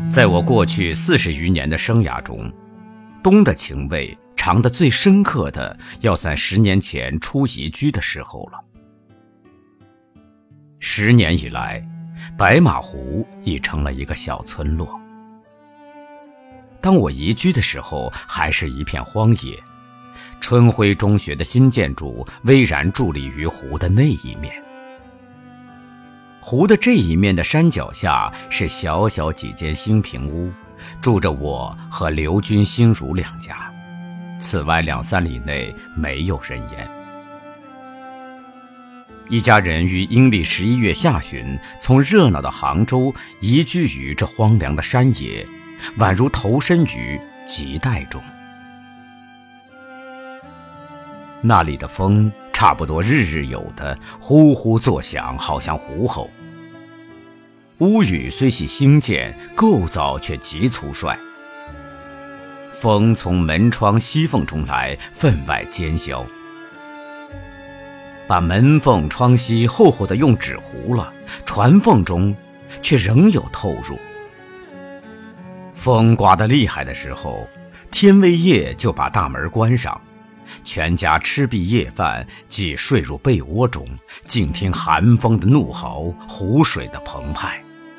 在我过去40余年的生涯中，冬的情味尝得最深刻的，要算10年前出移居的时候了。10年以来，白马湖已成了一个小村落。当我移居的时候，还是一片荒野，春晖中学的新建筑巍然伫立于湖的那一面。湖的这一面的山脚下是小小几间新平屋，住着我和刘军、新茹2家，此外2-3里内没有人烟。一家人于阴历11月下旬从热闹的杭州移居于这荒凉的山野，宛如投身于亟待中。那里的风差不多日日有的呼呼作响，好像狐吼。屋宇虽系兴建，构造却极粗率。风从门窗隙缝中来，分外尖削，把门缝窗隙厚厚的用纸糊了，船缝中却仍有透入。风刮得厉害的时候，天微夜就把大门关上，全家吃毕夜饭，即睡入被窝中，静听寒风的怒嚎，湖水的澎湃。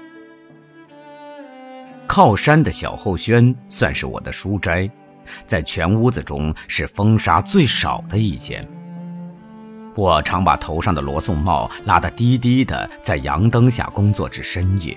靠山的小后轩算是我的书斋，在全屋子中是风沙最少的一间。我常把头上的罗宋帽拉得低低的，在阳灯下工作至深夜。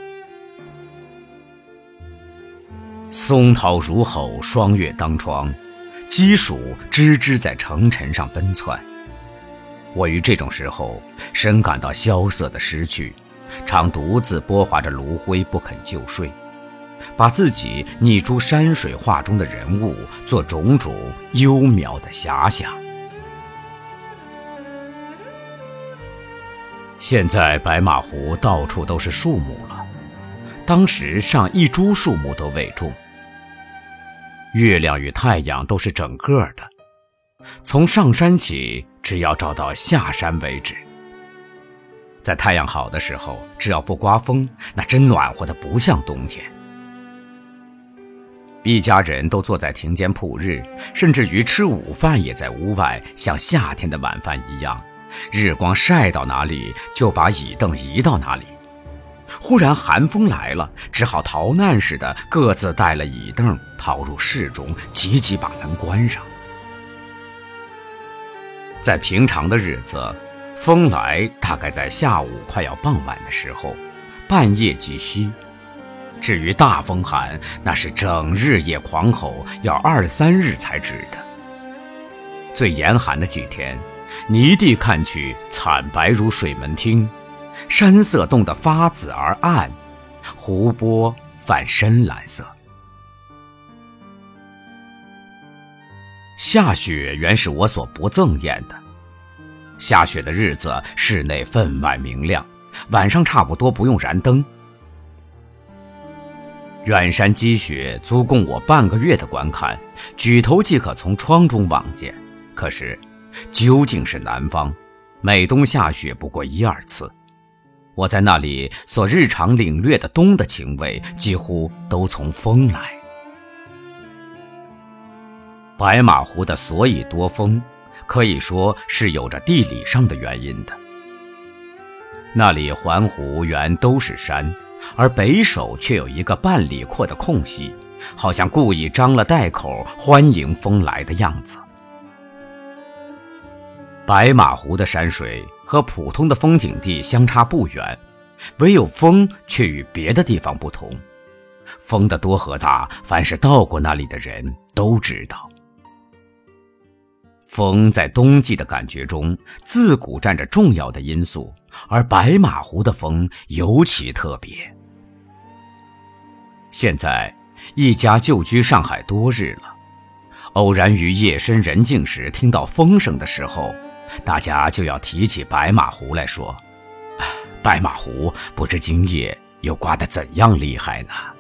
松涛如吼，霜月当窗，鸡黍吱吱在城尘上奔窜。我于这种时候深感到萧瑟的失去，常独自拨划着炉灰不肯就睡，把自己拟出山水画中的人物，做种种幽渺的遐想。现在白马湖到处都是树木了，当时上一株树木都未种。月亮与太阳都是整个的，从上山起，只要照到下山为止。在太阳好的时候，只要不刮风，那真暖和的不像冬天。一家人都坐在庭间曝日，甚至于吃午饭也在屋外，像夏天的晚饭一样，日光晒到哪里就把椅凳移到哪里。忽然寒风来了，只好逃难似的各自带了椅凳逃入室中，急急把门关上。在平常的日子，风来大概在下午快要傍晚的时候，半夜即息。至于大风寒，那是整日夜狂吼，要2-3日才止的。最严寒的几天，泥地看去惨白如水门汀，山色冻得发紫而暗，湖波泛深蓝色。下雪原是我所不憎厌的。下雪的日子，室内分外明亮，晚上差不多不用燃灯。远山积雪足供我半个月的观看，举头即可从窗中望见。可是究竟是南方，每冬下雪不过1-2次。我在那里所日常领略的冬的情味，几乎都从风来。白马湖的所以多风，可以说是有着地理上的原因的。那里环湖原都是山，而北首却有一个半里阔的空隙，好像故意张了带口，欢迎风来的样子。白马湖的山水和普通的风景地相差不远，唯有风却与别的地方不同。风的多和大，凡是到过那里的人都知道。风在冬季的感觉中自古占着重要的因素，而白马湖的风尤其特别。现在一家就居上海多日了，偶然于夜深人静时听到风声的时候，大家就要提起白马湖来说，白马湖不知今夜又刮得怎样厉害呢？